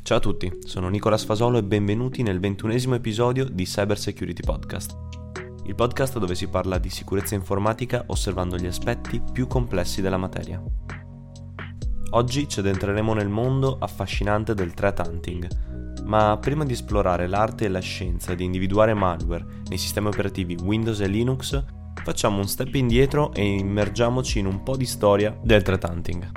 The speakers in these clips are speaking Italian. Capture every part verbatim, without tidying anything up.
Ciao a tutti, sono Nicola Sfasolo e benvenuti nel ventunesimo episodio di Cyber Security Podcast, il podcast dove si parla di sicurezza informatica osservando gli aspetti più complessi della materia. Oggi ci addentreremo nel mondo affascinante del threat hunting, ma prima di esplorare l'arte e la scienza di individuare malware nei sistemi operativi Windows e Linux, facciamo un step indietro e immergiamoci in un po' di storia del threat hunting.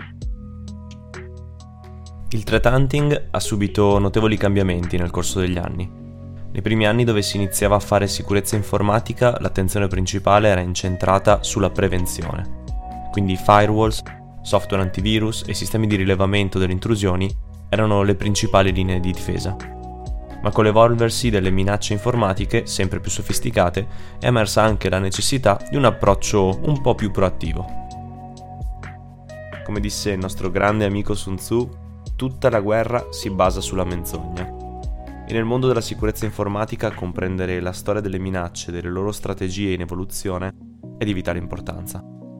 Il threat hunting ha subito notevoli cambiamenti nel corso degli anni. Nei primi anni, dove si iniziava a fare sicurezza informatica, l'attenzione principale era incentrata sulla prevenzione. Quindi firewalls, software antivirus e sistemi di rilevamento delle intrusioni erano le principali linee di difesa. Ma con l'evolversi delle minacce informatiche sempre più sofisticate è emersa anche la necessità di un approccio un po' più proattivo. Come disse il nostro grande amico Sun Tzu, tutta la guerra si basa sulla menzogna. E nel mondo della sicurezza informatica comprendere la storia delle minacce, delle loro strategie in evoluzione è di vitale importanza.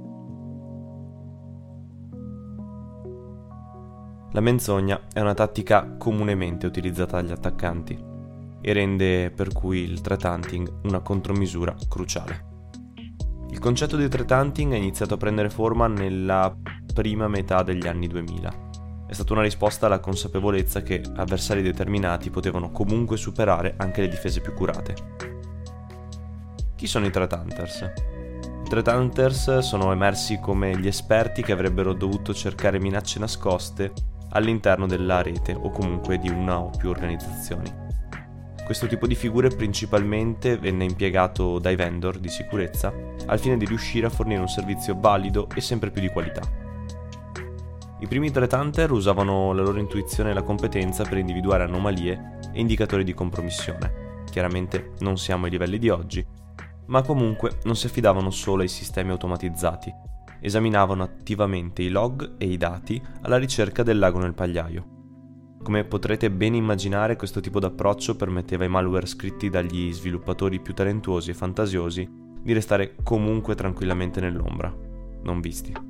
La menzogna è una tattica comunemente utilizzata dagli attaccanti e rende per cui il threat hunting una contromisura cruciale. Il concetto di threat hunting è iniziato a prendere forma nella prima metà degli anni duemila. È stata una risposta alla consapevolezza che avversari determinati potevano comunque superare anche le difese più curate. Chi sono i threat hunters? I threat hunters sono emersi come gli esperti che avrebbero dovuto cercare minacce nascoste all'interno della rete o comunque di una o più organizzazioni. Questo tipo di figure principalmente venne impiegato dai vendor di sicurezza al fine di riuscire a fornire un servizio valido e sempre più di qualità. I primi threat hunter usavano la loro intuizione e la competenza per individuare anomalie e indicatori di compromissione. Chiaramente non siamo ai livelli di oggi, ma comunque non si affidavano solo ai sistemi automatizzati. Esaminavano attivamente i log e i dati alla ricerca del l'ago nel pagliaio. Come potrete ben immaginare, questo tipo d'approccio permetteva ai malware scritti dagli sviluppatori più talentuosi e fantasiosi di restare comunque tranquillamente nell'ombra, non visti.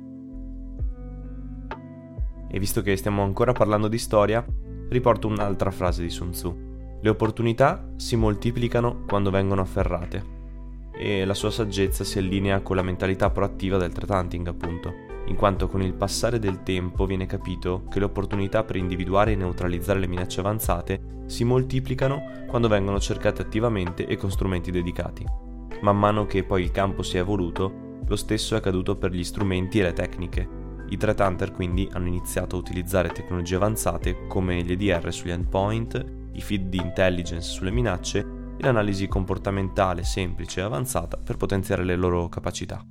E visto che stiamo ancora parlando di storia, riporto un'altra frase di Sun Tzu. Le opportunità si moltiplicano quando vengono afferrate. E la sua saggezza si allinea con la mentalità proattiva del threat hunting, appunto, in quanto con il passare del tempo viene capito che le opportunità per individuare e neutralizzare le minacce avanzate si moltiplicano quando vengono cercate attivamente e con strumenti dedicati. Man mano che poi il campo si è evoluto, lo stesso è accaduto per gli strumenti e le tecniche. I threat hunter quindi hanno iniziato a utilizzare tecnologie avanzate come gli E D R sugli endpoint, i feed di intelligence sulle minacce e l'analisi comportamentale semplice e avanzata per potenziare le loro capacità.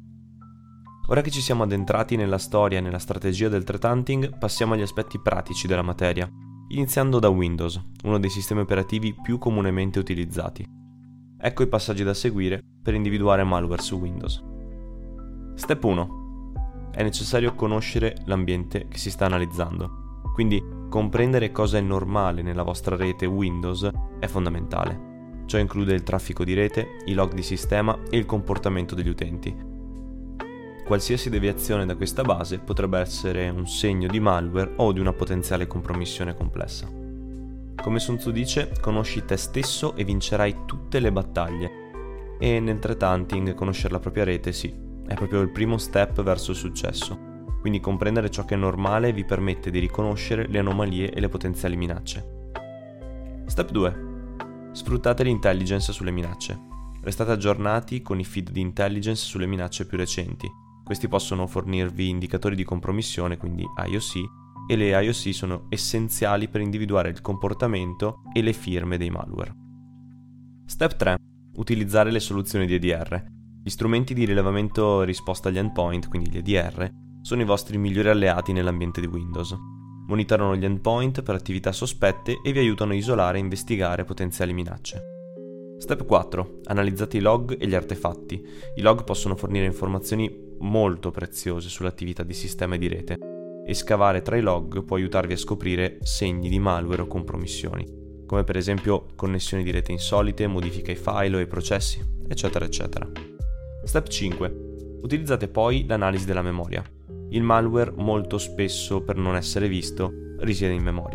Ora che ci siamo addentrati nella storia e nella strategia del threat hunting, passiamo agli aspetti pratici della materia, iniziando da Windows, uno dei sistemi operativi più comunemente utilizzati. Ecco i passaggi da seguire per individuare malware su Windows. Step uno. È necessario conoscere l'ambiente che si sta analizzando, quindi comprendere cosa è normale nella vostra rete Windows è fondamentale. Ciò include il traffico di rete, i log di sistema e il comportamento degli utenti. Qualsiasi deviazione da questa base potrebbe essere un segno di malware o di una potenziale compromissione complessa. Come Sun Tzu dice, conosci te stesso e vincerai tutte le battaglie. E nel threat hunting conoscere la propria rete sì. È proprio il primo step verso il successo, quindi comprendere ciò che è normale vi permette di riconoscere le anomalie e le potenziali minacce. Step due. Sfruttate l'intelligence sulle minacce. Restate aggiornati con i feed di intelligence sulle minacce più recenti. Questi possono fornirvi indicatori di compromissione, quindi I O C, e le I O C sono essenziali per individuare il comportamento e le firme dei malware. Step tre. Utilizzare le soluzioni di E D R. Gli strumenti di rilevamento e risposta agli endpoint, quindi gli E D R, sono i vostri migliori alleati nell'ambiente di Windows. Monitorano gli endpoint per attività sospette e vi aiutano a isolare e investigare potenziali minacce. Step quattro. Analizzate i log e gli artefatti. I log possono fornire informazioni molto preziose sull'attività di sistema e di rete, e scavare tra i log può aiutarvi a scoprire segni di malware o compromissioni, come per esempio connessioni di rete insolite, modifiche ai file o ai processi, eccetera eccetera. Step cinque. Utilizzate poi l'analisi della memoria. Il malware molto spesso, per non essere visto, risiede in memoria.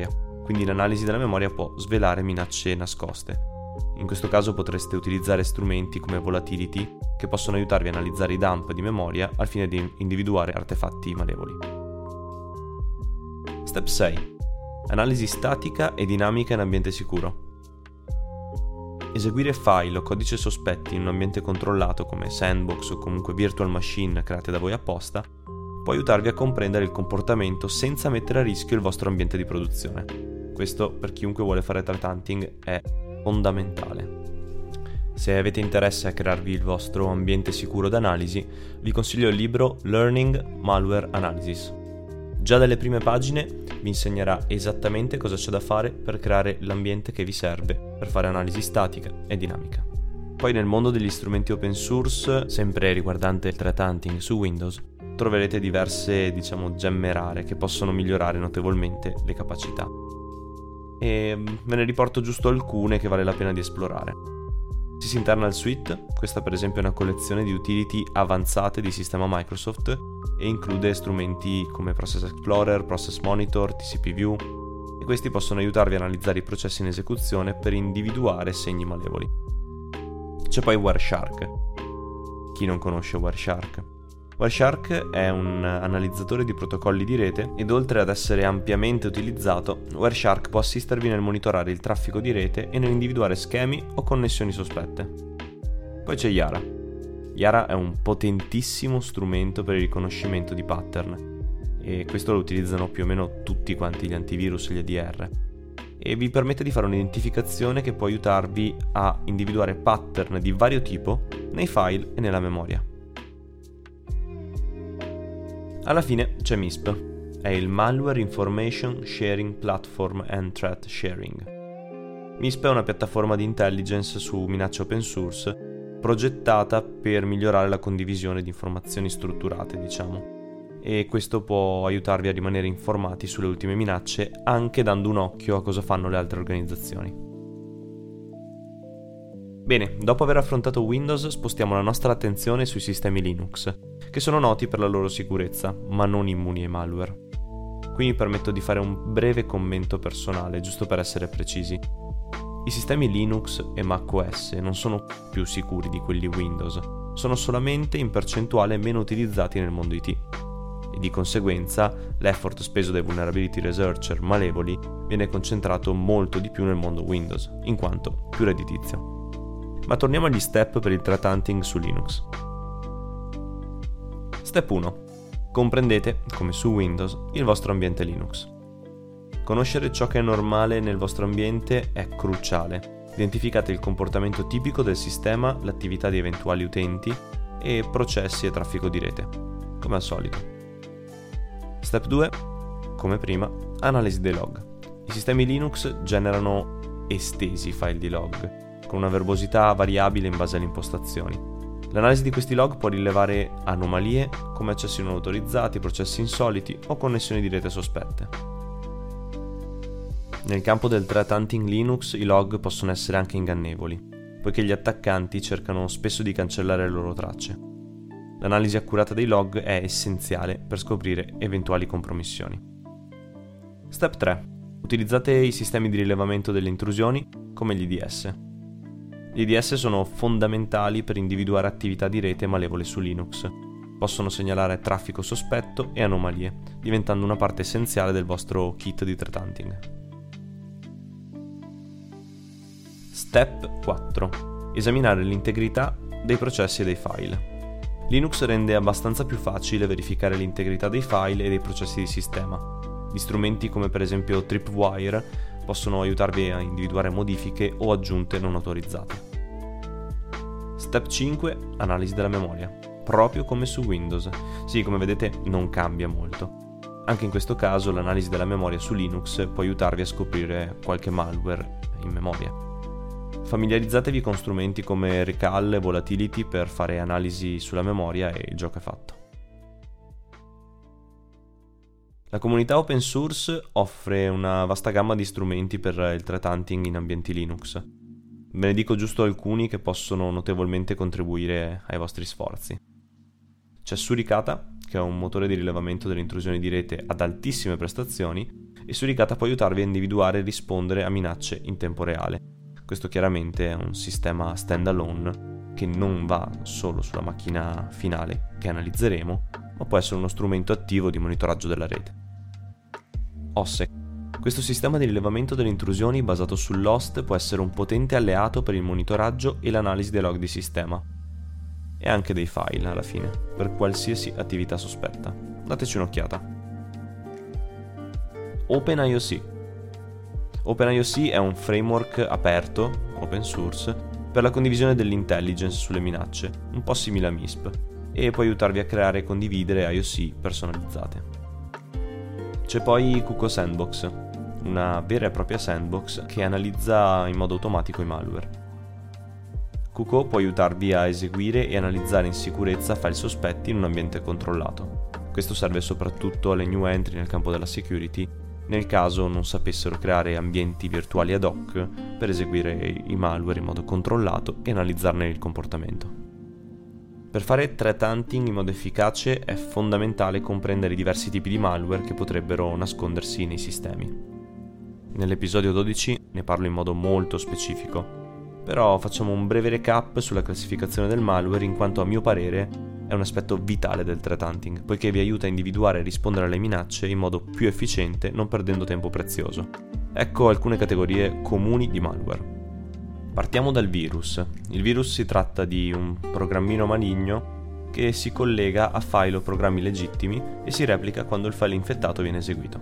quindi l'analisi della memoria può svelare minacce nascoste. In questo caso potreste utilizzare strumenti come Volatility che possono aiutarvi a analizzare i dump di memoria al fine di individuare artefatti malevoli. Step sei. Analisi statica e dinamica in ambiente sicuro. Eseguire file o codice sospetti in un ambiente controllato come sandbox o comunque virtual machine create da voi apposta può aiutarvi a comprendere il comportamento senza mettere a rischio il vostro ambiente di produzione. Questo, per chiunque vuole fare threat hunting, è fondamentale. Se avete interesse a crearvi il vostro ambiente sicuro d'analisi, vi consiglio il libro Learning Malware Analysis. Già dalle prime pagine vi insegnerà esattamente cosa c'è da fare per creare l'ambiente che vi serve per fare analisi statica e dinamica. Poi nel mondo degli strumenti open source, sempre riguardante il threat hunting su Windows, troverete diverse, diciamo, gemme rare che possono migliorare notevolmente le capacità. E ve ne riporto giusto alcune che vale la pena di esplorare. SysInternal Suite, questa per esempio è una collezione di utility avanzate di sistema Microsoft e include strumenti come Process Explorer, Process Monitor, T C P View, e questi possono aiutarvi a analizzare i processi in esecuzione per individuare segni malevoli. C'è poi Wireshark. Chi non conosce Wireshark? Wireshark è un analizzatore di protocolli di rete ed oltre ad essere ampiamente utilizzato, Wireshark può assistervi nel monitorare il traffico di rete e nell'individuare schemi o connessioni sospette. Poi c'è Yara. Yara è un potentissimo strumento per il riconoscimento di pattern e questo lo utilizzano più o meno tutti quanti gli antivirus e gli A D R e vi permette di fare un'identificazione che può aiutarvi a individuare pattern di vario tipo nei file e nella memoria. Alla fine c'è M I S P, è il Malware Information Sharing Platform and Threat Sharing. M I S P è una piattaforma di intelligence su minacce open source progettata per migliorare la condivisione di informazioni strutturate, diciamo, e questo può aiutarvi a rimanere informati sulle ultime minacce anche dando un occhio a cosa fanno le altre organizzazioni. Bene, dopo aver affrontato Windows spostiamo la nostra attenzione sui sistemi Linux, che sono noti per la loro sicurezza, ma non immuni ai malware. Qui mi permetto di fare un breve commento personale, giusto per essere precisi. I sistemi Linux e macOS non sono più sicuri di quelli Windows, sono solamente in percentuale meno utilizzati nel mondo I T. E di conseguenza l'effort speso dai vulnerability researcher malevoli viene concentrato molto di più nel mondo Windows, in quanto più redditizio. Ma torniamo agli step per il threat hunting su Linux. Step uno. Comprendete, come su Windows, il vostro ambiente Linux. Conoscere ciò che è normale nel vostro ambiente è cruciale. Identificate il comportamento tipico del sistema, l'attività di eventuali utenti e processi e traffico di rete, come al solito. Step due. Come prima, analisi dei log. I sistemi Linux generano estesi file di log, con una verbosità variabile in base alle impostazioni. L'analisi di questi log può rilevare anomalie come accessi non autorizzati, processi insoliti o connessioni di rete sospette. Nel campo del threat hunting Linux i log possono essere anche ingannevoli, poiché gli attaccanti cercano spesso di cancellare le loro tracce. L'analisi accurata dei log è essenziale per scoprire eventuali compromissioni. Step tre. Utilizzate i sistemi di rilevamento delle intrusioni come gli I D S. Gli I D S sono fondamentali per individuare attività di rete malevole su Linux. Possono segnalare traffico sospetto e anomalie, diventando una parte essenziale del vostro kit di threat hunting. Step quattro. Esaminare l'integrità dei processi e dei file. Linux rende abbastanza più facile verificare l'integrità dei file e dei processi di sistema. Gli strumenti come per esempio Tripwire possono aiutarvi a individuare modifiche o aggiunte non autorizzate. Step cinque. Analisi della memoria. Proprio come su Windows. Sì, come vedete non cambia molto. Anche in questo caso l'analisi della memoria su Linux può aiutarvi a scoprire qualche malware in memoria. Familiarizzatevi con strumenti come Recall e Volatility per fare analisi sulla memoria e il gioco è fatto. La comunità open source offre una vasta gamma di strumenti per il threat hunting in ambienti Linux. Ve ne dico giusto alcuni che possono notevolmente contribuire ai vostri sforzi. C'è Suricata, che è un motore di rilevamento delle intrusioni di rete ad altissime prestazioni e Suricata può aiutarvi a individuare e rispondere a minacce in tempo reale. Questo chiaramente è un sistema standalone che non va solo sulla macchina finale che analizzeremo, ma può essere uno strumento attivo di monitoraggio della rete. OSSEC. Questo sistema di rilevamento delle intrusioni basato sull'host può essere un potente alleato per il monitoraggio e l'analisi dei log di sistema e anche dei file alla fine, per qualsiasi attività sospetta. Dateci un'occhiata. OpenIOC. OpenIOC è un framework aperto, open source, per la condivisione dell'intelligence sulle minacce, un po' simile a M I S P, e può aiutarvi a creare e condividere I O C personalizzate. C'è poi Kuko Sandbox, una vera e propria sandbox che analizza in modo automatico i malware. Kuko può aiutarvi a eseguire e analizzare in sicurezza file sospetti in un ambiente controllato. Questo serve soprattutto alle new entry nel campo della security, nel caso non sapessero creare ambienti virtuali ad hoc per eseguire i malware in modo controllato e analizzarne il comportamento. Per fare threat hunting in modo efficace è fondamentale comprendere i diversi tipi di malware che potrebbero nascondersi nei sistemi. Nell'episodio dodici ne parlo in modo molto specifico, però facciamo un breve recap sulla classificazione del malware, in quanto a mio parere è un aspetto vitale del threat hunting, poiché vi aiuta a individuare e rispondere alle minacce in modo più efficiente, non perdendo tempo prezioso. Ecco alcune categorie comuni di malware. Partiamo dal virus. Il virus si tratta di un programmino maligno che si collega a file o programmi legittimi e si replica quando il file infettato viene eseguito.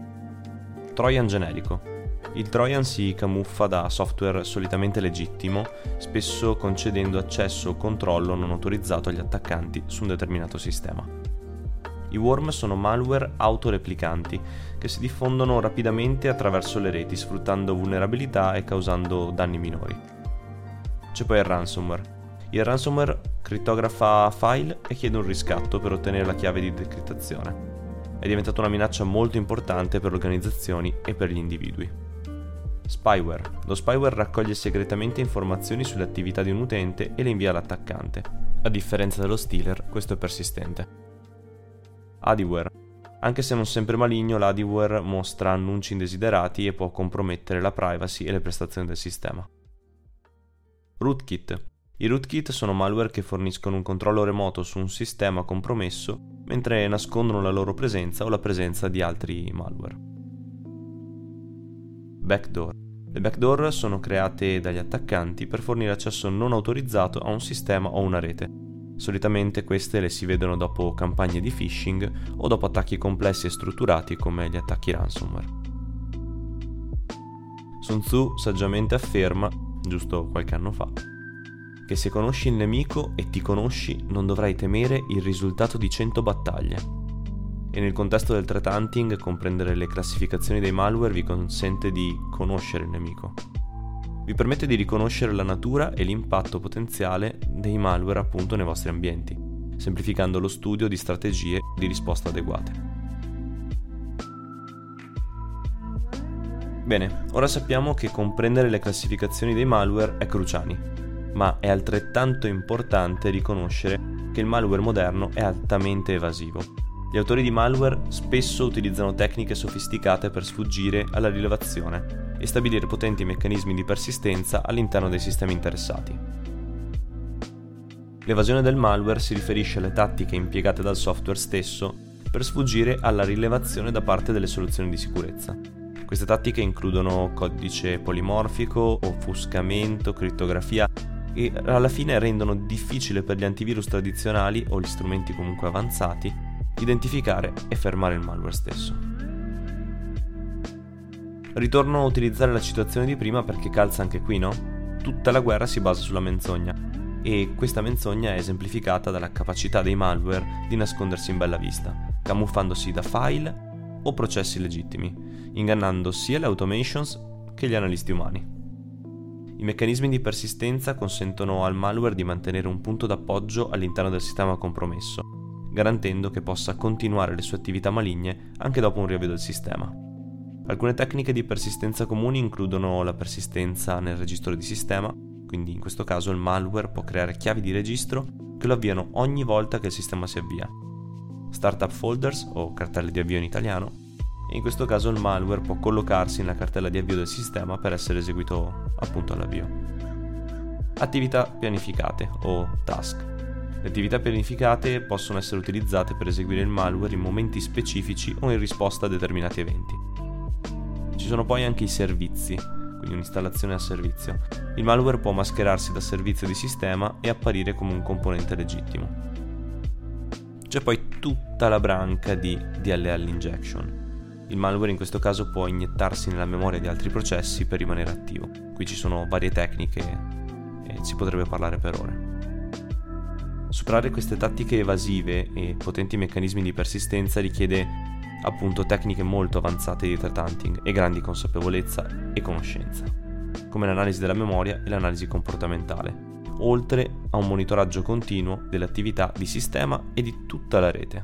Trojan generico. Il Trojan si camuffa da software solitamente legittimo, spesso concedendo accesso o controllo non autorizzato agli attaccanti su un determinato sistema. I worm sono malware autoreplicanti che si diffondono rapidamente attraverso le reti, sfruttando vulnerabilità e causando danni minori. C'è poi il ransomware. Il ransomware crittografa file e chiede un riscatto per ottenere la chiave di decrittazione. È diventata una minaccia molto importante per organizzazioni e per gli individui. Spyware. Lo spyware raccoglie segretamente informazioni sulle attività di un utente e le invia all'attaccante. A differenza dello stealer, questo è persistente. Adware. Anche se non sempre maligno, l'adware mostra annunci indesiderati e può compromettere la privacy e le prestazioni del sistema. Rootkit. I rootkit sono malware che forniscono un controllo remoto su un sistema compromesso mentre nascondono la loro presenza o la presenza di altri malware. Backdoor. Le backdoor sono create dagli attaccanti per fornire accesso non autorizzato a un sistema o una rete. Solitamente queste le si vedono dopo campagne di phishing o dopo attacchi complessi e strutturati come gli attacchi ransomware. Sun Tzu saggiamente afferma, giusto qualche anno fa, che se conosci il nemico e ti conosci non dovrai temere il risultato di cento battaglie. E nel contesto del threat hunting comprendere le classificazioni dei malware vi consente di conoscere il nemico. Vi permette di riconoscere la natura e l'impatto potenziale dei malware appunto nei vostri ambienti, semplificando lo studio di strategie di risposta adeguate. Bene, ora sappiamo che comprendere le classificazioni dei malware è cruciale, ma è altrettanto importante riconoscere che il malware moderno è altamente evasivo. Gli autori di malware spesso utilizzano tecniche sofisticate per sfuggire alla rilevazione e stabilire potenti meccanismi di persistenza all'interno dei sistemi interessati. L'evasione del malware si riferisce alle tattiche impiegate dal software stesso per sfuggire alla rilevazione da parte delle soluzioni di sicurezza. Queste tattiche includono codice polimorfico, offuscamento, crittografia e alla fine rendono difficile per gli antivirus tradizionali o gli strumenti comunque avanzati identificare e fermare il malware stesso. Ritorno a utilizzare la citazione di prima perché calza anche qui, no? Tutta la guerra si basa sulla menzogna e questa menzogna è esemplificata dalla capacità dei malware di nascondersi in bella vista, camuffandosi da file o processi legittimi, ingannando sia le automations che gli analisti umani. I meccanismi di persistenza consentono al malware di mantenere un punto d'appoggio all'interno del sistema compromesso, garantendo che possa continuare le sue attività maligne anche dopo un riavvio del sistema. Alcune tecniche di persistenza comuni includono la persistenza nel registro di sistema, quindi in questo caso il malware può creare chiavi di registro che lo avviano ogni volta che il sistema si avvia. Startup folders, o cartelle di avvio in italiano, e in questo caso il malware può collocarsi nella cartella di avvio del sistema per essere eseguito appunto all'avvio. Attività pianificate o task. Le attività pianificate possono essere utilizzate per eseguire il malware in momenti specifici o in risposta a determinati eventi. Ci sono poi anche i servizi, quindi un'installazione a servizio. Il malware può mascherarsi da servizio di sistema e apparire come un componente legittimo. C'è poi tutta la branca di D L L injection. Il malware in questo caso può iniettarsi nella memoria di altri processi per rimanere attivo. Qui ci sono varie tecniche e si potrebbe parlare per ore. Superare queste tattiche evasive e potenti meccanismi di persistenza richiede appunto tecniche molto avanzate di threat hunting e grandi consapevolezza e conoscenza, come l'analisi della memoria e l'analisi comportamentale, oltre a un monitoraggio continuo delle attività di sistema e di tutta la rete.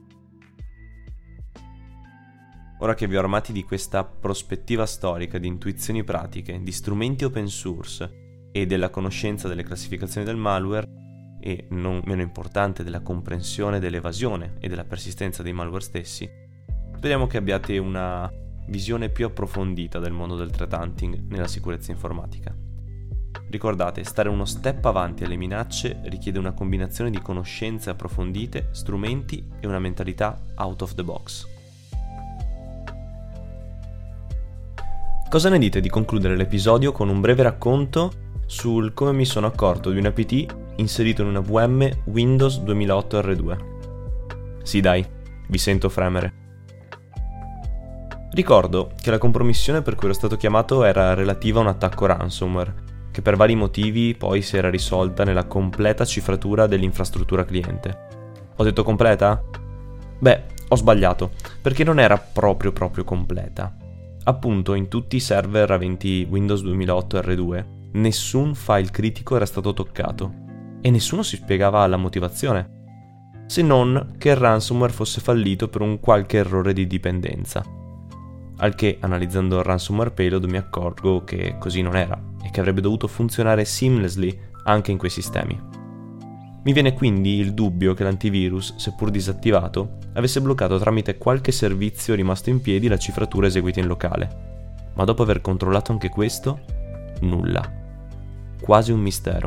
Ora che vi ho armati di questa prospettiva storica, di intuizioni pratiche, di strumenti open source e della conoscenza delle classificazioni del malware, e non meno importante della comprensione dell'evasione e della persistenza dei malware stessi, speriamo che abbiate una visione più approfondita del mondo del threat hunting nella sicurezza informatica. Ricordate, stare uno step avanti alle minacce richiede una combinazione di conoscenze approfondite, strumenti e una mentalità out of the box. Cosa ne dite di concludere l'episodio con un breve racconto sul come mi sono accorto di un A P T inserito in una V M Windows duemilaotto R due? Sì dai, vi sento fremere. Ricordo che la compromissione per cui ero stato chiamato era relativa a un attacco ransomware, che per vari motivi poi si era risolta nella completa cifratura dell'infrastruttura cliente. Ho detto completa? Beh, ho sbagliato, perché non era proprio proprio completa. Appunto, in tutti i server aventi Windows duemilaotto R due, nessun file critico era stato toccato e nessuno si spiegava la motivazione, se non che il ransomware fosse fallito per un qualche errore di dipendenza. Al che, analizzando il ransomware payload, mi accorgo che così non era e che avrebbe dovuto funzionare seamlessly anche in quei sistemi. Mi viene quindi il dubbio che l'antivirus, seppur disattivato, avesse bloccato tramite qualche servizio rimasto in piedi la cifratura eseguita in locale. Ma dopo aver controllato anche questo, nulla. Quasi un mistero.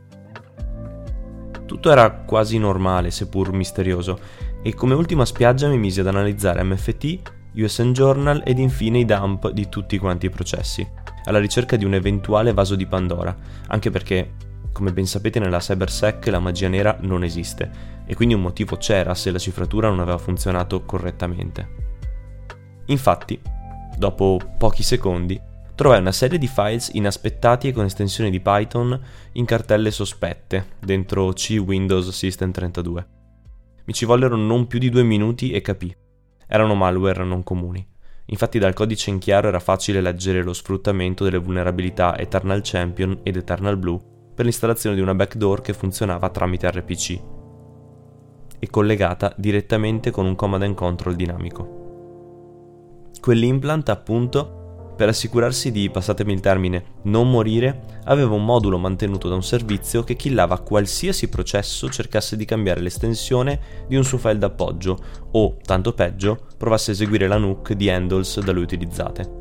Tutto era quasi normale, seppur misterioso, e come ultima spiaggia mi misi ad analizzare M F T, U S N Journal ed infine i dump di tutti quanti i processi, alla ricerca di un eventuale vaso di Pandora, anche perché, come ben sapete, nella CyberSec la magia nera non esiste, e quindi un motivo c'era se la cifratura non aveva funzionato correttamente. Infatti, dopo pochi secondi, trovai una serie di files inaspettati e con estensioni di Python in cartelle sospette dentro C Windows System trentadue. Mi ci vollero non più di due minuti e capì. Erano malware non comuni. Infatti dal codice in chiaro era facile leggere lo sfruttamento delle vulnerabilità Eternal Champion ed Eternal Blue per l'installazione di una backdoor che funzionava tramite R P C e collegata direttamente con un command and control dinamico. Quell'implant, appunto, per assicurarsi di, passatemi il termine, non morire, aveva un modulo mantenuto da un servizio che killava qualsiasi processo cercasse di cambiare l'estensione di un suo file d'appoggio o, tanto peggio, provasse a eseguire la nuke di handles da lui utilizzate.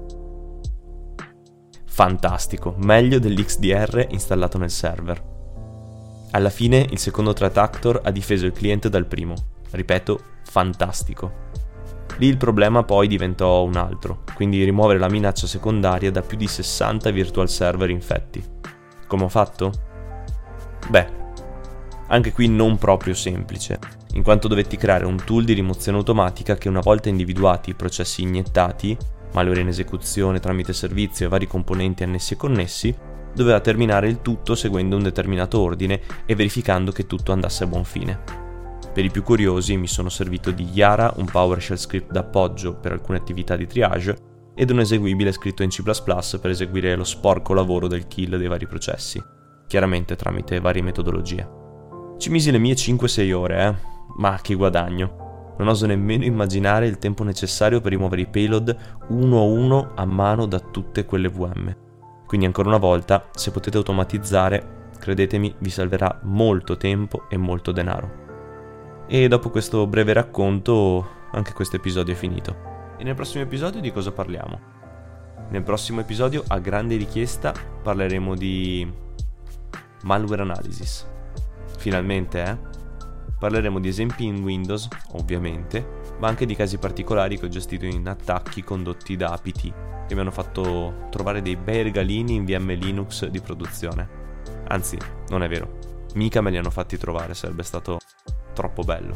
Fantastico, meglio dell'X D R installato nel server. Alla fine il secondo threat actor ha difeso il cliente dal primo. Ripeto, fantastico. Lì il problema poi diventò un altro, quindi rimuovere la minaccia secondaria da più di sessanta virtual server infetti. Come ho fatto? Beh, anche qui non proprio semplice, in quanto dovetti creare un tool di rimozione automatica che una volta individuati i processi iniettati, malware in esecuzione tramite servizio e vari componenti annessi e connessi, doveva terminare il tutto seguendo un determinato ordine e verificando che tutto andasse a buon fine. Per i più curiosi mi sono servito di Yara, un PowerShell script d'appoggio per alcune attività di triage, ed un eseguibile scritto in C plus plus per eseguire lo sporco lavoro del kill dei vari processi, chiaramente tramite varie metodologie. Ci misi le mie cinque sei ore, eh? Ma che guadagno! Non oso nemmeno immaginare il tempo necessario per rimuovere i payload uno a uno a mano da tutte quelle V M. Quindi ancora una volta, se potete automatizzare, credetemi, vi salverà molto tempo e molto denaro. E dopo questo breve racconto, anche questo episodio è finito. E nel prossimo episodio di cosa parliamo? Nel prossimo episodio, a grande richiesta, parleremo di malware analysis. Finalmente, eh? Parleremo di esempi in Windows, ovviamente, ma anche di casi particolari che ho gestito in attacchi condotti da A P T, che mi hanno fatto trovare dei bei regalini in V M Linux di produzione. Anzi, non è vero, mica me li hanno fatti trovare, sarebbe stato troppo bello.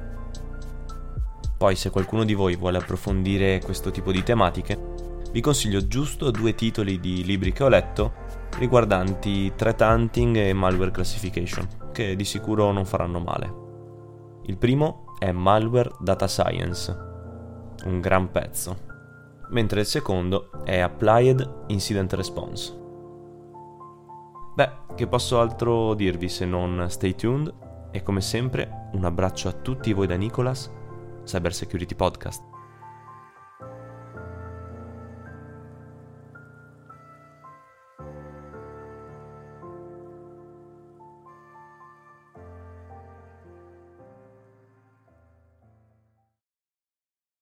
Poi, se qualcuno di voi vuole approfondire questo tipo di tematiche, vi consiglio giusto due titoli di libri che ho letto riguardanti threat hunting e malware classification, che di sicuro non faranno male. Il primo è Malware Data Science, un gran pezzo, mentre il secondo è Applied Incident Response. Beh, che posso altro dirvi se non stay tuned, e come sempre un abbraccio a tutti voi da Nicolas, Cyber Security Podcast.